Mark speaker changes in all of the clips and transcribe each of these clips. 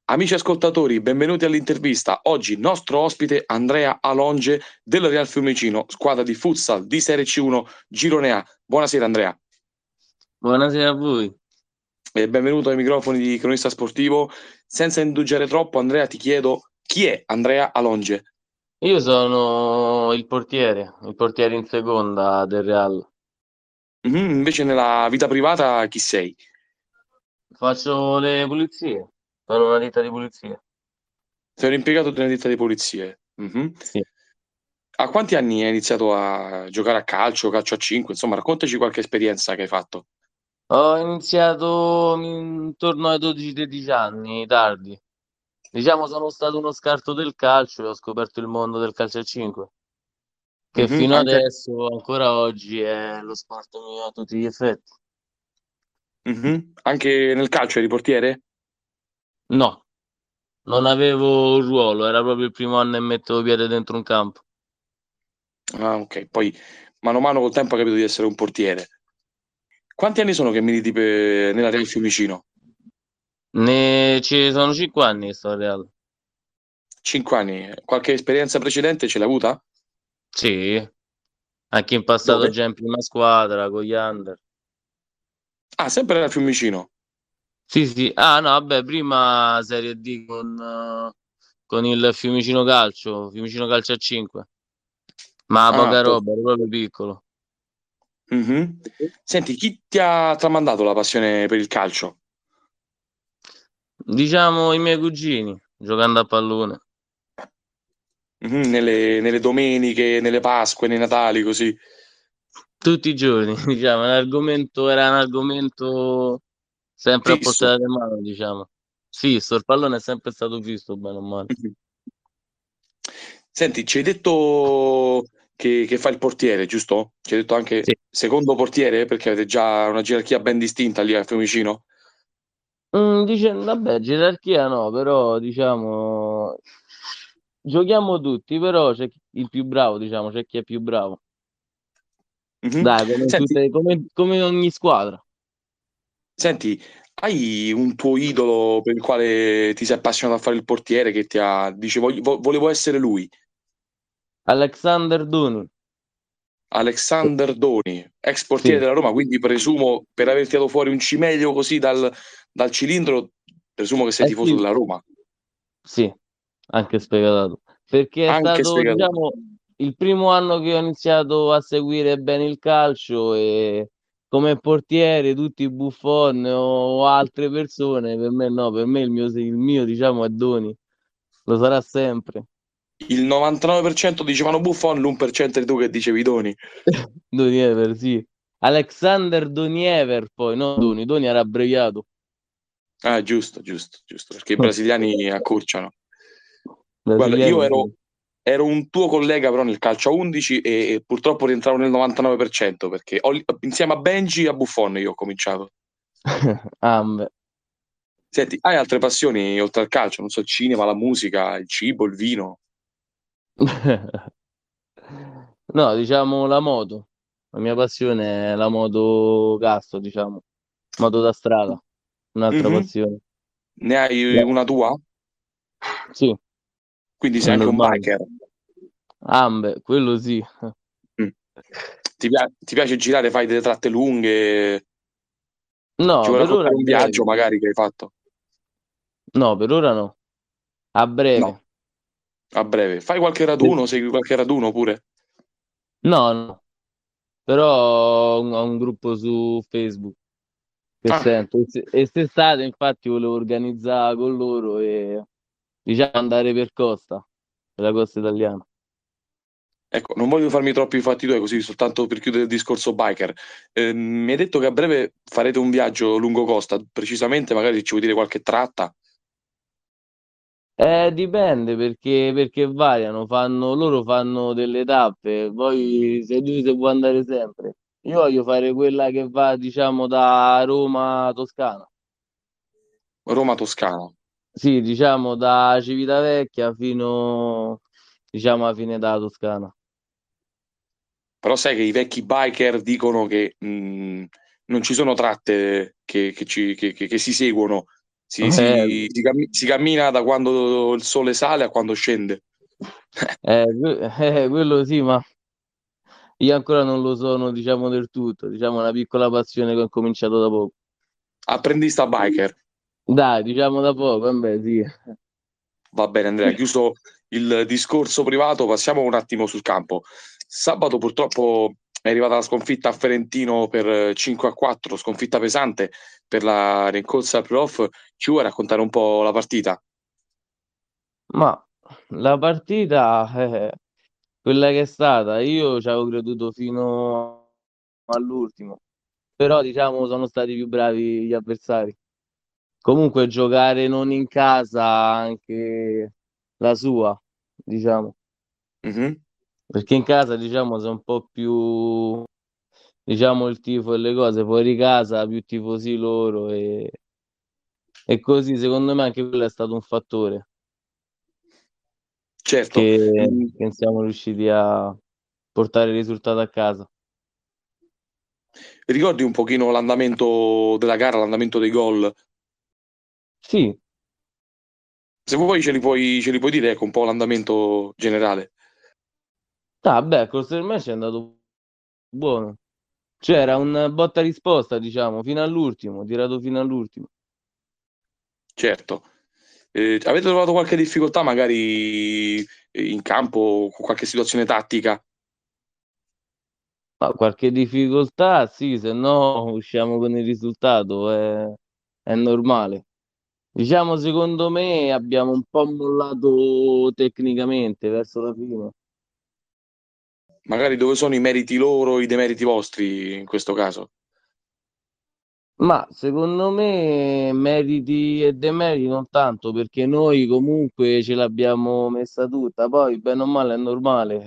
Speaker 1: Amici ascoltatori, benvenuti all'intervista. Oggi nostro ospite Andrea Alonge del Real Fiumicino, squadra di futsal di Serie C1 Girone A. Buonasera Andrea
Speaker 2: Buonasera a voi.
Speaker 1: e benvenuto ai microfoni di Cronista Sportivo. Senza indugiare troppo, Andrea, ti chiedo chi è Andrea Alonge?
Speaker 2: Io sono il portiere in seconda del Real.
Speaker 1: Invece nella vita privata chi sei?
Speaker 2: Faccio le pulizie, sono una ditta di pulizie.
Speaker 1: Sei un impiegato di una ditta di pulizie.
Speaker 2: Sì.
Speaker 1: A quanti anni hai iniziato a giocare a calcio a 5? Insomma, raccontaci qualche esperienza che hai fatto.
Speaker 2: Ho iniziato intorno ai 12-13 anni, tardi. Diciamo sono stato uno scarto del calcio e ho scoperto il mondo del calcio a 5, che fino
Speaker 1: Anche,
Speaker 2: adesso, ancora oggi, è lo sport mio a tutti gli effetti.
Speaker 1: anche nel calcio eri portiere?
Speaker 2: No, non avevo un ruolo, era proprio il primo anno e mettevo piede dentro un campo.
Speaker 1: Ah, ok. Poi, mano a mano col tempo hai capito di essere un portiere. Quanti anni sono che militi nella Real Fiumicino?
Speaker 2: Ne ci sono 5 anni che sto al Real.
Speaker 1: 5 anni. Qualche esperienza precedente ce l'hai avuta?
Speaker 2: Sì, anche in passato
Speaker 1: Dove?
Speaker 2: già in prima squadra con gli under.
Speaker 1: Ah, sempre nel Fiumicino.
Speaker 2: Sì, sì. Ah, no, vabbè, prima Serie D con il Fiumicino Calcio a 5. Ma
Speaker 1: Ah,
Speaker 2: poca
Speaker 1: top.
Speaker 2: roba, ero proprio piccolo.
Speaker 1: Mhm. Senti, chi ti ha tramandato la passione per il calcio?
Speaker 2: Diciamo i miei cugini, giocando a pallone.
Speaker 1: Nelle domeniche, nelle Pasque, nei Natali, così.
Speaker 2: Tutti i giorni, diciamo, era un argomento sempre a
Speaker 1: Fisso.
Speaker 2: portata di mano, diciamo. Fisso, il pallone è sempre stato fisso, bene o male.
Speaker 1: Mhm. Senti, ci hai detto che fa il portiere, giusto? Ci hai detto anche
Speaker 2: Sì.
Speaker 1: secondo portiere, perché avete già una gerarchia ben distinta lì a Fiumicino?
Speaker 2: Vabbè, gerarchia no, però diciamo giochiamo tutti, però c'è il più bravo, diciamo, c'è chi è più bravo.
Speaker 1: Mhm.
Speaker 2: Dai,
Speaker 1: Senti,
Speaker 2: come ogni squadra.
Speaker 1: senti, hai un tuo idolo per il quale ti sei appassionato a fare il portiere che dice volevo essere lui,
Speaker 2: Alexander Duni,
Speaker 1: Alexander Doni, ex portiere
Speaker 2: sì,
Speaker 1: della Roma, quindi presumo per aver tirato fuori un cimelio così dal cilindro, presumo che sei
Speaker 2: eh
Speaker 1: tifoso
Speaker 2: sì,
Speaker 1: della Roma,
Speaker 2: sì, anche spiegato. Perché è
Speaker 1: anche
Speaker 2: stato,
Speaker 1: spiegato.
Speaker 2: diciamo, il primo anno che ho iniziato a seguire bene il calcio e come portiere tutti Buffon o altre persone, per me no, per me il mio diciamo è Doni, lo sarà sempre.
Speaker 1: Il 99% dicevano Buffon, l'1% eri tu che dicevi Doni.
Speaker 2: Doniever, sì. Alexander Doniever, poi, no Doni, Doni era abbreviato.
Speaker 1: Ah, giusto, giusto, giusto, perché i brasiliani accorciano. Guarda, io
Speaker 2: Brasiliani,
Speaker 1: ero,
Speaker 2: sì.
Speaker 1: ero un tuo collega però nel calcio a 11 e purtroppo rientravo nel 99% perché insieme a Benji e a Buffon io ho cominciato.
Speaker 2: Ambe.
Speaker 1: Senti, hai altre passioni oltre al calcio? Non so, il cinema, la musica, il cibo, il vino?
Speaker 2: No, diciamo la moto. La mia passione è la moto gas, diciamo. Moto da strada, un'altra
Speaker 1: Mhm.
Speaker 2: passione.
Speaker 1: Ne hai una tua?
Speaker 2: Sì,
Speaker 1: Quindi
Speaker 2: è
Speaker 1: sei anche un
Speaker 2: normale.
Speaker 1: biker.
Speaker 2: Ambe, quello sì.
Speaker 1: Mm. Ti piace girare, fai delle tratte lunghe? Ci
Speaker 2: No,
Speaker 1: vuoi
Speaker 2: per ora
Speaker 1: raccontare un viaggio
Speaker 2: brevi.
Speaker 1: magari che hai fatto?
Speaker 2: No, per ora no. A
Speaker 1: No,
Speaker 2: breve.
Speaker 1: a breve. Fai qualche raduno, segui qualche raduno pure?
Speaker 2: No, no. Però ho un gruppo su Facebook che
Speaker 1: Ah,
Speaker 2: sento. E quest'estate, infatti, volevo organizzare con loro e diciamo andare per la costa italiana.
Speaker 1: ecco, non voglio farmi troppi fatti tuoi così, soltanto per chiudere il discorso biker. Mi hai detto che a breve farete un viaggio lungo costa, precisamente magari ci vuoi dire qualche tratta?
Speaker 2: Dipende perché variano, loro fanno delle tappe, poi se vuoi andare sempre. Io voglio fare quella che va, diciamo, da Roma a Toscana.
Speaker 1: Roma-Toscana.
Speaker 2: Sì, diciamo da Civitavecchia fino, diciamo, alla fine della Toscana.
Speaker 1: Però sai che i vecchi biker dicono che non ci sono tratte che si seguono. Si cammina da quando il sole sale a quando scende.
Speaker 2: quello sì, ma io ancora non lo sono, diciamo, del tutto, diciamo, una piccola passione che ho cominciato da poco.
Speaker 1: Apprendista biker.
Speaker 2: Dai, diciamo da poco, vabbè, sì.
Speaker 1: Va bene, Andrea, chiuso il discorso privato, passiamo un attimo sul campo. Sabato purtroppo è arrivata la sconfitta a Ferentino per 5-4, sconfitta pesante per la rincorsa al playoff. Ci vuoi raccontare un po' la partita?
Speaker 2: Ma la partita, quella che è stata, io ci avevo creduto fino all'ultimo, però diciamo sono stati più bravi gli avversari. Comunque giocare non in casa ha anche la sua, diciamo,
Speaker 1: Mhm.
Speaker 2: perché in casa diciamo sei un po' più, diciamo, il tifo e le cose, fuori casa più tifosi loro e così secondo me anche quello è stato un fattore
Speaker 1: Certo.
Speaker 2: che siamo riusciti a portare il risultato a casa.
Speaker 1: Ricordi un pochino l'andamento della gara, l'andamento dei gol?
Speaker 2: Sì,
Speaker 1: Se vuoi ce li puoi dire, ecco, un po' l'andamento generale.
Speaker 2: beh, il corso del match è andato buono. C'era un botta risposta, diciamo, fino all'ultimo, tirato fino all'ultimo.
Speaker 1: Certo. Avete trovato qualche difficoltà magari in campo, con qualche situazione tattica?
Speaker 2: Ma qualche difficoltà, sì, se no usciamo con il risultato, è normale. Diciamo, secondo me abbiamo un po' mollato tecnicamente verso la fine.
Speaker 1: Magari dove sono i meriti loro, i demeriti vostri in questo caso?
Speaker 2: Ma secondo me meriti e demeriti non tanto, perché noi comunque ce l'abbiamo messa tutta, poi bene o male è normale.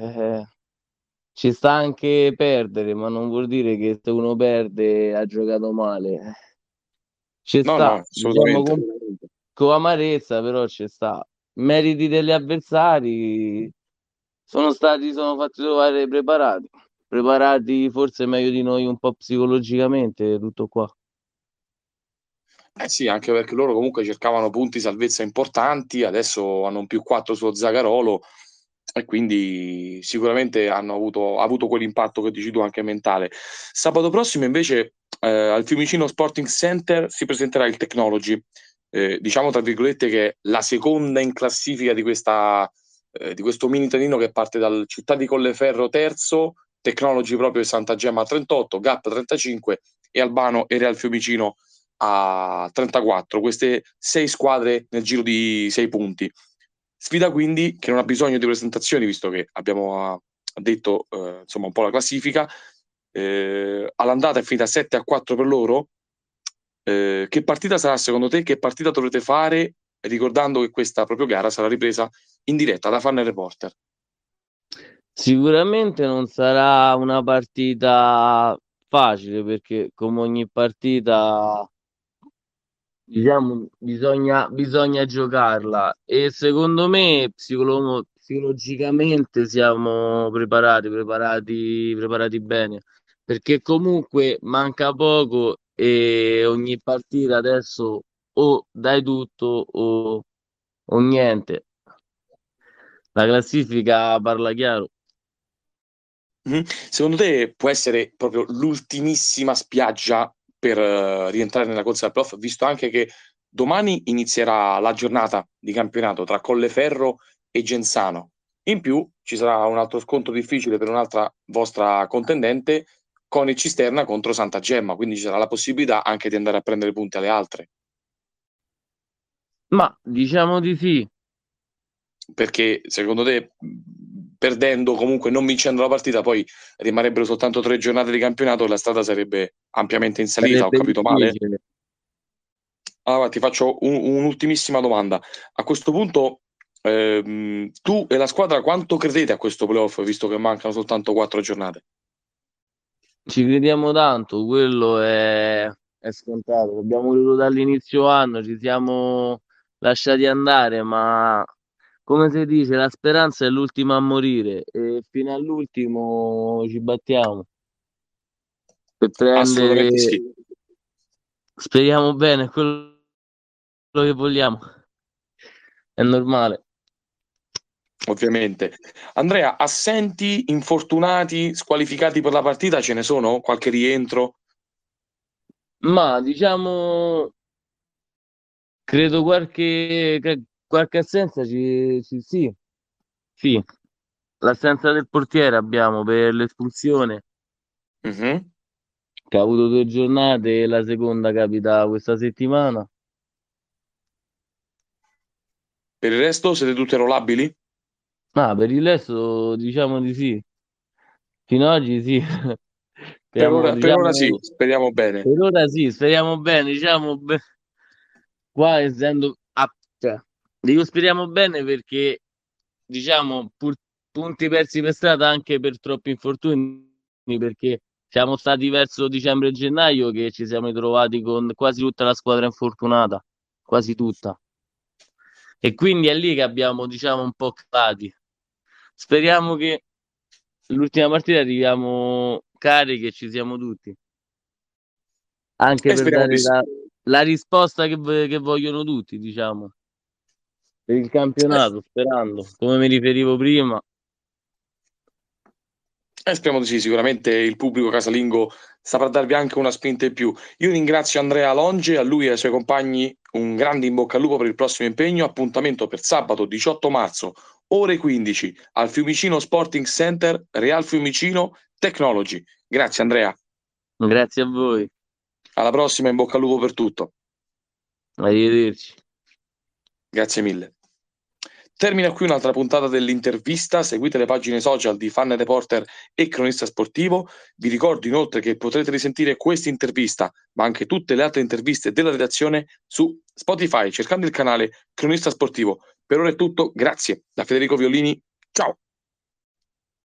Speaker 2: Ci sta anche perdere, ma non vuol dire che se uno perde ha giocato male. Ci
Speaker 1: No, no,
Speaker 2: sta, diciamo
Speaker 1: assolutamente.
Speaker 2: con amarezza, però ci sta. Meriti degli avversari sono fatti trovare preparati. Preparati forse meglio di noi un po' psicologicamente, tutto qua.
Speaker 1: Eh sì, anche perché loro comunque cercavano punti salvezza importanti, adesso hanno un più 4 su Zagarolo e quindi sicuramente ha avuto quell'impatto che dici tu anche mentale. Sabato prossimo invece al Fiumicino Sporting Center si presenterà il Technology, diciamo tra virgolette che è la seconda in classifica di questo mini trenino che parte dal Città di Colleferro terzo, Technology proprio e Santa Gemma a 38, Gap 35 e Albano e Real Fiumicino a 34, queste 6 squadre nel giro di 6 punti. Sfida quindi che non ha bisogno di presentazioni, visto che abbiamo detto insomma un po' la classifica. All'andata è finita 7-4 per loro. Che partita sarà secondo te? Che partita dovrete fare? Ricordando che questa proprio gara sarà ripresa in diretta da Fan Reporter.
Speaker 2: Sicuramente non sarà una partita facile perché come ogni partita diciamo, bisogna giocarla e secondo me psicologicamente siamo preparati bene, perché comunque manca poco e ogni partita adesso o dai tutto o niente. La classifica parla chiaro.
Speaker 1: Mhm. Secondo te può essere proprio l'ultimissima spiaggia per rientrare nella corsa al playoff, visto anche che domani inizierà la giornata di campionato tra Colleferro e Genzano. In più ci sarà un altro scontro difficile per un'altra vostra contendente con il Cisterna contro Santa Gemma, quindi ci sarà la possibilità anche di andare a prendere punti alle altre.
Speaker 2: Ma diciamo di sì.
Speaker 1: Perché secondo te, perdendo comunque non vincendo la partita, poi rimarrebbero soltanto 3 giornate di campionato e la strada sarebbe ampiamente in salita, ho
Speaker 2: Sarebbe
Speaker 1: capito male?
Speaker 2: difficile.
Speaker 1: Allora, ti faccio un'ultimissima domanda. A questo punto, tu e la squadra quanto credete a questo playoff, visto che mancano soltanto 4 giornate?
Speaker 2: Ci crediamo tanto, è scontato. Abbiamo creduto dall'inizio anno, ci siamo lasciati andare, ma come si dice, la speranza è l'ultima a morire e fino all'ultimo ci battiamo per prendere,
Speaker 1: Assolutamente sì.
Speaker 2: speriamo bene, quello che vogliamo, è normale.
Speaker 1: Ovviamente. Andrea, assenti, infortunati, squalificati per la partita, ce ne sono? Qualche rientro?
Speaker 2: Ma diciamo, credo qualche assenza sì, sì. L'assenza del portiere abbiamo per l'espulsione,
Speaker 1: Mhm.
Speaker 2: che ha avuto 2 giornate, e la seconda capita questa settimana.
Speaker 1: Per il resto siete tutti rollabili?
Speaker 2: Ma per il resto diciamo di sì. Fino ad oggi sì.
Speaker 1: Per ora sì,
Speaker 2: Diciamo,
Speaker 1: speriamo bene.
Speaker 2: per ora sì, speriamo bene, qua essendo cioè, dico speriamo bene perché diciamo punti persi per strada anche per troppi infortuni, perché siamo stati verso dicembre e gennaio che ci siamo ritrovati con quasi tutta la squadra infortunata, quasi tutta. E quindi è lì che abbiamo, diciamo, un po' calati. Speriamo che l'ultima partita arriviamo carichi e ci siamo tutti, anche
Speaker 1: E
Speaker 2: per
Speaker 1: speriamo di
Speaker 2: dare
Speaker 1: sì.
Speaker 2: la risposta che vogliono tutti, diciamo, per il campionato, sperando, come mi riferivo prima.
Speaker 1: Speriamo di sì, sicuramente il pubblico casalingo saprà darvi anche una spinta in più. Io ringrazio Andrea Longe, a lui e ai suoi compagni un grande in bocca al lupo per il prossimo impegno. Appuntamento per sabato 18 marzo, ore 15, al Fiumicino Sporting Center, Real Fiumicino Technology. Grazie Andrea,
Speaker 2: Grazie a voi,
Speaker 1: alla prossima, in bocca al lupo per tutto.
Speaker 2: arrivederci.
Speaker 1: Grazie mille. Termina qui un'altra puntata dell'intervista. Seguite le pagine social di Fan Reporter e Cronista Sportivo. Vi ricordo inoltre che potrete risentire questa intervista, ma anche tutte le altre interviste della redazione su Spotify, cercando il canale Cronista Sportivo. Per ora è tutto, grazie. Da Federico Violini, ciao!